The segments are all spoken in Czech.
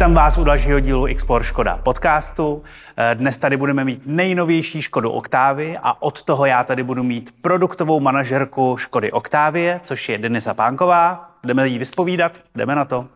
Vítám vás u dalšího dílu Explore Škoda podcastu. Dnes tady budeme mít nejnovější Škodu Octavii a od toho já tady budu mít produktovou manažerku Škody Octavie, což je Denisa Pánková. Jdeme jí vyspovídat, jdeme na to.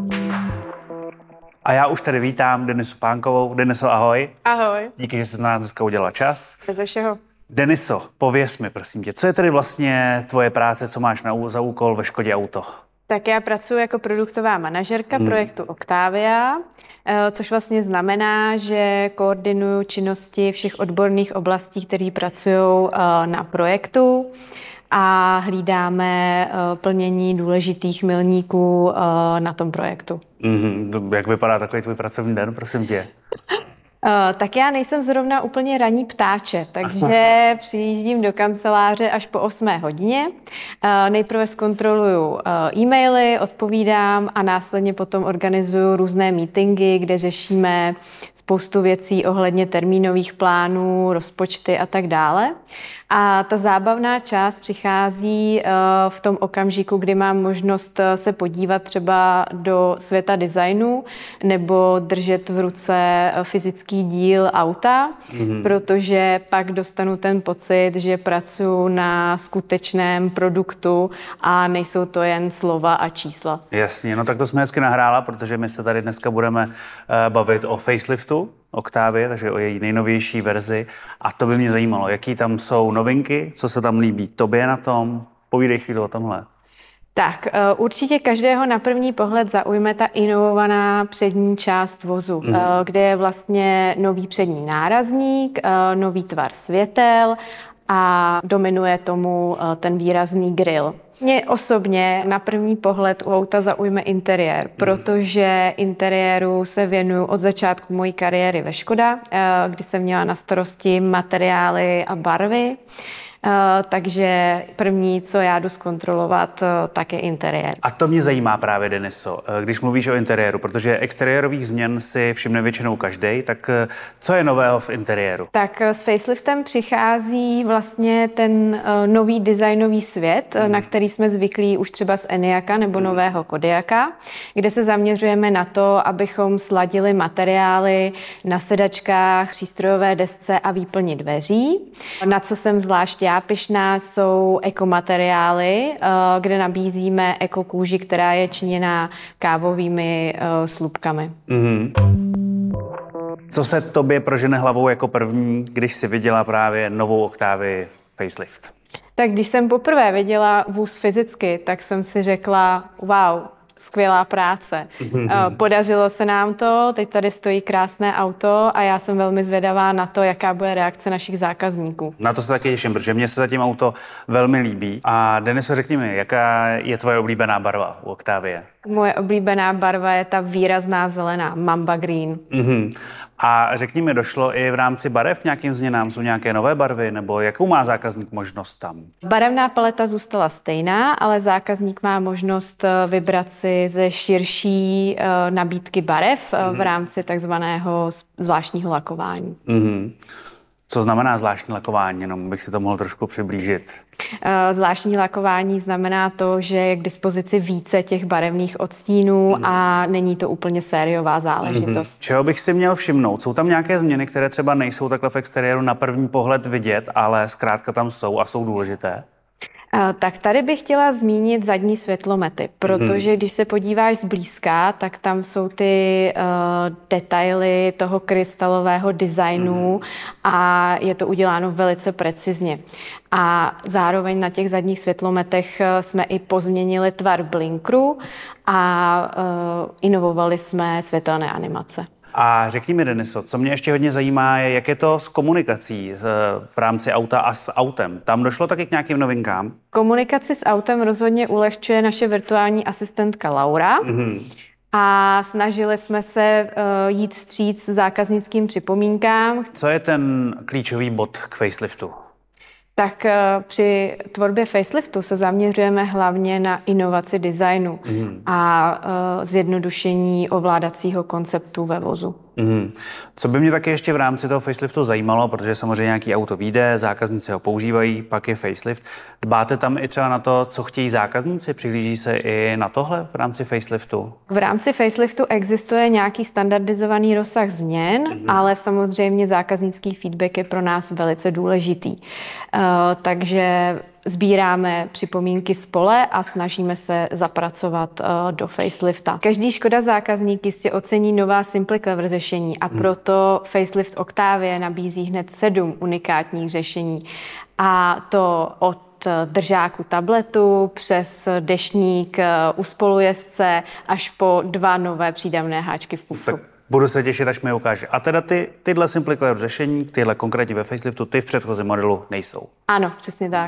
A já už tady vítám Denisu Pánkovou. Deniso, ahoj. Ahoj. Díky, že jsi na nás dneska udělala čas. Ze všeho. Deniso, pověz mi, prosím tě, co je tedy vlastně tvoje práce, co máš za úkol ve Škodě Auto? Tak já pracuji jako produktová manažerka projektu Octavia, což vlastně znamená, že koordinuju činnosti všech odborných oblastí, které pracují na projektu a hlídáme plnění důležitých milníků na tom projektu. Jak vypadá takový tvůj pracovní den, prosím tě? Tak já nejsem zrovna úplně ranní ptáče, takže přijíždím do kanceláře až po 8 hodině. Nejprve zkontroluju e-maily, odpovídám a následně potom organizuju různé meetingy, kde řešíme spoustu věcí ohledně termínových plánů, rozpočty a tak dále. A ta zábavná část přichází v tom okamžiku, kdy mám možnost se podívat třeba do světa designu nebo držet v ruce fyzický díl auta, protože pak dostanu ten pocit, že pracuji na skutečném produktu a nejsou to jen slova a čísla. Jasně, no tak to jsme hezky nahrála, protože my se tady dneska budeme bavit o faceliftu Octavie, takže o její nejnovější verzi. A to by mě zajímalo, jaký tam jsou novinky, co se tam líbí tobě na tom. Povídej chvíli o tomhle. Tak, určitě každého na první pohled zaujme ta inovovaná přední část vozu, kde je vlastně nový přední nárazník, nový tvar světel a dominuje tomu ten výrazný grill. Mě osobně na první pohled u auta zaujme interiér, protože interiéru se věnuju od začátku mojí kariéry ve Škoda, kdy jsem měla na starosti materiály a barvy. Takže první, co já jdu zkontrolovat, tak je interiér. A to mě zajímá právě, Deniso, když mluvíš o interiéru, protože exteriérových změn si všimne většinou každý, tak co je nového v interiéru? Tak s faceliftem přichází vlastně ten nový designový svět, na který jsme zvyklí už třeba z Enyaqua nebo nového Kodiaqa, kde se zaměřujeme na to, abychom sladili materiály na sedačkách, přístrojové desce a výplni dveří. Na co jsem zvlášť pyšná jsou ekomateriály, kde nabízíme ekokůži, která je činěná kávovými slupkami. Co se tobě prožene hlavou jako první, když jsi viděla právě novou Octavii facelift? Tak když jsem poprvé viděla vůz fyzicky, tak jsem si řekla, wow, skvělá práce. Podařilo se nám to, teď tady stojí krásné auto a já jsem velmi zvědavá na to, jaká bude reakce našich zákazníků. Na to se taky těším, protože mně se zatím auto velmi líbí. A Deniso, řekni mi, jaká je tvoje oblíbená barva u Octavie? Moje oblíbená barva je ta výrazná zelená, Mamba Green. A řekni mi, došlo i v rámci barev k nějakým změnám? Jsou nějaké nové barvy, nebo jakou má zákazník možnost tam? Barevná paleta zůstala stejná, ale zákazník má možnost vybrat si ze širší nabídky barev v rámci takzvaného zvláštního lakování. Co znamená zvláštní lakování? Jenom bych si to mohl trošku přiblížit. Zvláštní lakování znamená to, že je k dispozici více těch barevných odstínů a není to úplně sériová záležitost. Čeho bych si měl všimnout? Jsou tam nějaké změny, které třeba nejsou takhle v exteriéru na první pohled vidět, ale zkrátka tam jsou a jsou důležité? Tak tady bych chtěla zmínit zadní světlomety, protože když se podíváš zblízka, tak tam jsou ty detaily toho krystalového designu a je to uděláno velice precizně. A zároveň na těch zadních světlometech jsme i pozměnili tvar blinkru a inovovali jsme světelné animace. A řekni mi, Deniso, co mě ještě hodně zajímá, je, jak je to s komunikací v rámci auta a s autem. Tam došlo taky k nějakým novinkám? Komunikaci s autem rozhodně ulehčuje naše virtuální asistentka Laura. A snažili jsme se jít vstříc zákaznickým připomínkám. Co je ten klíčový bod k faceliftu? Tak při tvorbě faceliftu se zaměřujeme hlavně na inovaci designu a zjednodušení ovládacího konceptu ve vozu. Co by mě taky ještě v rámci toho faceliftu zajímalo, protože samozřejmě nějaký auto vyjde, zákazníci ho používají, pak je facelift. Dbáte tam i třeba na to, co chtějí zákazníci? Přihlíží se i na tohle v rámci faceliftu? V rámci faceliftu existuje nějaký standardizovaný rozsah změn, ale samozřejmě zákaznický feedback je pro nás velice důležitý. Takže sbíráme připomínky z pole a snažíme se zapracovat do facelifta. Každý Škoda zákazník jistě ocení nová SimplyClever řešení a proto facelift Octavie nabízí hned 7 unikátních řešení. A to od držáku tabletu přes deštník u spolujezdce až po 2 nové přídavné háčky v kufru. Budu se těšit, až mi ukáže. A teda tyhle SimplyClever řešení, tyhle konkrétně ve faceliftu, ty v předchozím modelu nejsou. Ano, přesně tak.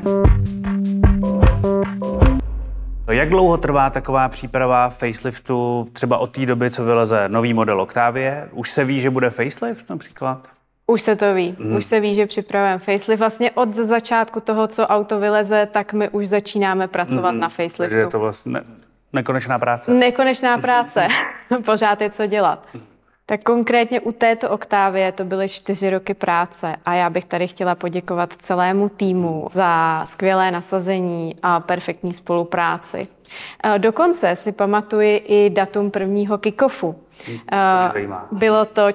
Jak dlouho trvá taková příprava faceliftu, třeba od té doby, co vyleze nový model Octavie? Už se ví, že bude facelift například? Už se to ví. Už se ví, že připravujeme facelift. Vlastně od začátku toho, co auto vyleze, tak my už začínáme pracovat na faceliftu. Takže je to vlastně nekonečná práce. Nekonečná práce. Pořád je co dělat. Tak konkrétně u této Octavie to byly 4 roky práce a já bych tady chtěla poděkovat celému týmu za skvělé nasazení a perfektní spolupráci. Dokonce si pamatuji i datum prvního kick-offu. Bylo to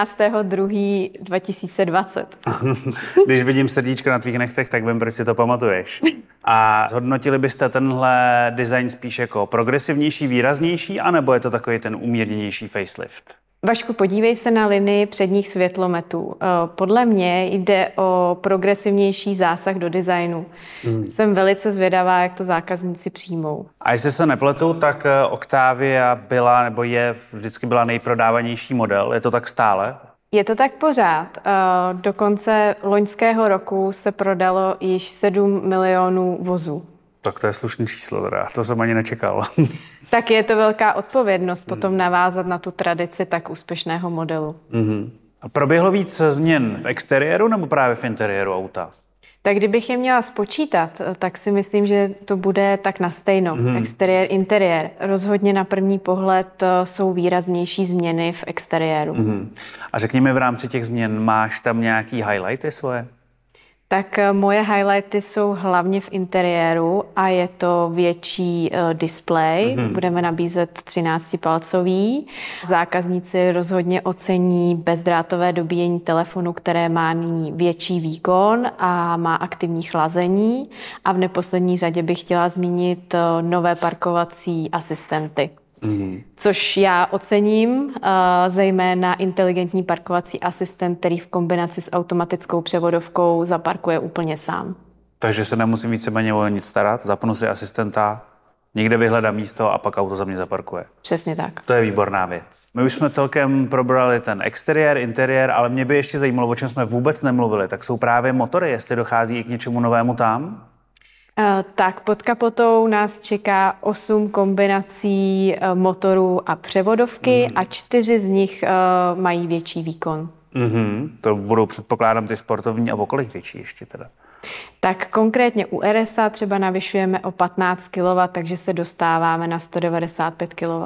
14.2.2020. Když vidím srdíčko na tvých nechtech, tak vím, proč si to pamatuješ. A hodnotili byste tenhle design spíš jako progresivnější, výraznější, anebo je to takový ten umírněnější facelift? Vašku, podívej se na linii předních světlometů. Podle mě jde o progresivnější zásah do designu. Jsem velice zvědavá, jak to zákazníci přijmou. A jestli se nepletu, tak Octavia byla nebo vždycky byla nejprodávanější model. Je to tak stále? Je to tak pořád. Do konce loňského roku se prodalo již 7 milionů vozů. Tak to je slušný číslo, teda. To jsem ani nečekal. Tak je to velká odpovědnost potom navázat na tu tradici tak úspěšného modelu. A proběhlo víc změn v exteriéru nebo právě v interiéru auta? Tak kdybych je měla spočítat, tak si myslím, že to bude tak na stejno. Exteriér, interiér. Rozhodně na první pohled jsou výraznější změny v exteriéru. A řekni mi, v rámci těch změn máš tam nějaký highlighty svoje? Tak moje highlighty jsou hlavně v interiéru a je to větší displej. Budeme nabízet 13-palcový. Zákazníci rozhodně ocení bezdrátové dobíjení telefonu, které má nyní větší výkon a má aktivní chlazení. A v neposlední řadě bych chtěla zmínit nové parkovací asistenty. Což já ocením, zejména inteligentní parkovací asistent, který v kombinaci s automatickou převodovkou zaparkuje úplně sám. Takže se nemusím víceméně o nic starat, zapnu si asistenta, někde vyhledám místo a pak auto za mě zaparkuje. Přesně tak. To je výborná věc. My už jsme celkem probrali ten exteriér, interiér, ale mě by ještě zajímalo, o čem jsme vůbec nemluvili, tak jsou právě motory, jestli dochází i k něčemu novému tam? Tak pod kapotou nás čeká 8 kombinací motorů a převodovky a 4 z nich mají větší výkon. To budou, předpokládám, ty sportovní a o kolik větší ještě teda? Tak konkrétně u RSA třeba navyšujeme o 15 kW, takže se dostáváme na 195 kW.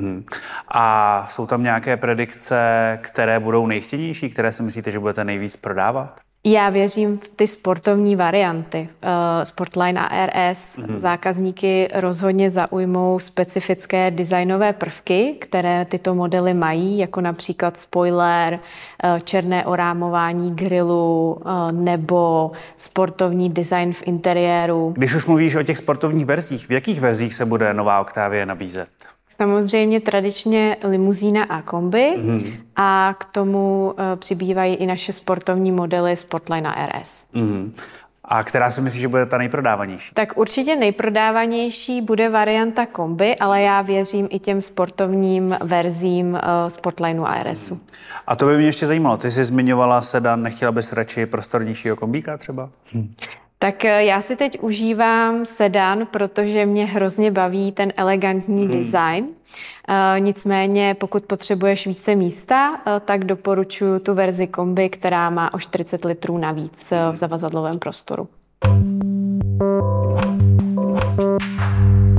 A jsou tam nějaké predikce, které budou nejchtěnější, které si myslíte, že budete nejvíc prodávat? Já věřím v ty sportovní varianty. Sportline a RS. Zákazníky rozhodně zaujmou specifické designové prvky, které tyto modely mají, jako například spoiler, černé orámování grilu nebo sportovní design v interiéru. Když už mluvíš o těch sportovních verzích, v jakých verzích se bude nová Octavia nabízet? Samozřejmě tradičně limuzína a kombi a k tomu přibývají i naše sportovní modely Sportline a RS. A která si myslíš, že bude ta nejprodávanější? Tak určitě nejprodávanější bude varianta kombi, ale já věřím i těm sportovním verzím Sportlineu a RSu. A to by mě ještě zajímalo. Ty jsi zmiňovala sedan, nechtěla bys radši prostornějšího kombíka třeba? Tak já si teď užívám sedan, protože mě hrozně baví ten elegantní design. Nicméně, pokud potřebuješ více místa, tak doporučuji tu verzi kombi, která má o 40 litrů navíc v zavazadlovém prostoru.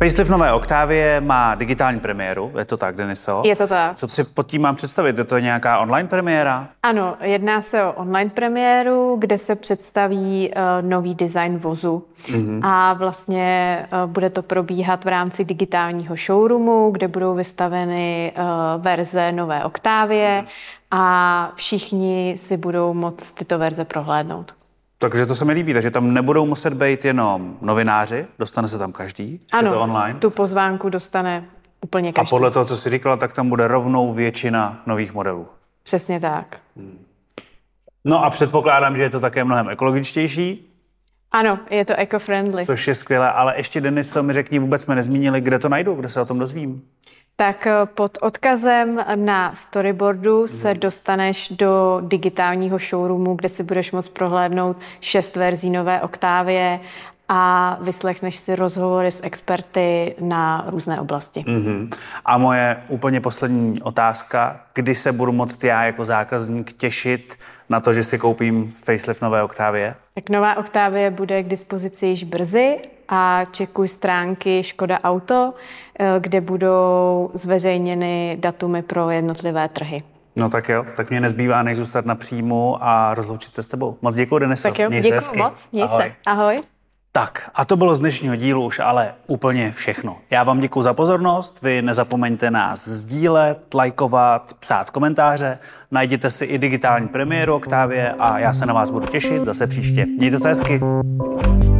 Facelift nové Octavie má digitální premiéru, je to tak, Deniso? Je to tak. Co si pod tím mám představit? Je to nějaká online premiéra? Ano, jedná se o online premiéru, kde se představí nový design vozu. A vlastně bude to probíhat v rámci digitálního showroomu, kde budou vystaveny verze nové Octavie a všichni si budou moct tyto verze prohlédnout. Takže to se mi líbí, takže tam nebudou muset být jenom novináři, dostane se tam každý, ano, je to online. Tu pozvánku dostane úplně každý. A podle toho, co jsi říkala, tak tam bude rovnou většina nových modelů. Přesně tak. No a předpokládám, že je to také mnohem ekologičtější. Ano, je to eco-friendly. Což je skvělé, ale ještě Deniso mi řekni, vůbec jsme nezmínili, kde to najdu, kde se o tom dozvím. Tak pod odkazem na storyboardu se dostaneš do digitálního showroomu, kde si budeš moct prohlédnout 6 verzí nové Octavie a vyslechneš si rozhovory s experty na různé oblasti. A moje úplně poslední otázka, kdy se budu moct já jako zákazník těšit na to, že si koupím facelift nové Octavie? Tak nová Octavie bude k dispozici již brzy a čekuj stránky Škoda Auto, kde budou zveřejněny datumy pro jednotlivé trhy. No tak jo, tak mě nezbývá než zůstat na příjmu a rozloučit se s tebou. Moc děkuji, Deniso. Tak jo, děkuji moc, měj se. Ahoj. Tak a to bylo z dnešního dílu už ale úplně všechno. Já vám děkuji za pozornost, vy nezapomeňte nás sdílet, lajkovat, psát komentáře, najděte si i digitální premiéru Octavie a já se na vás budu těšit zase příště. Mějte se hezky.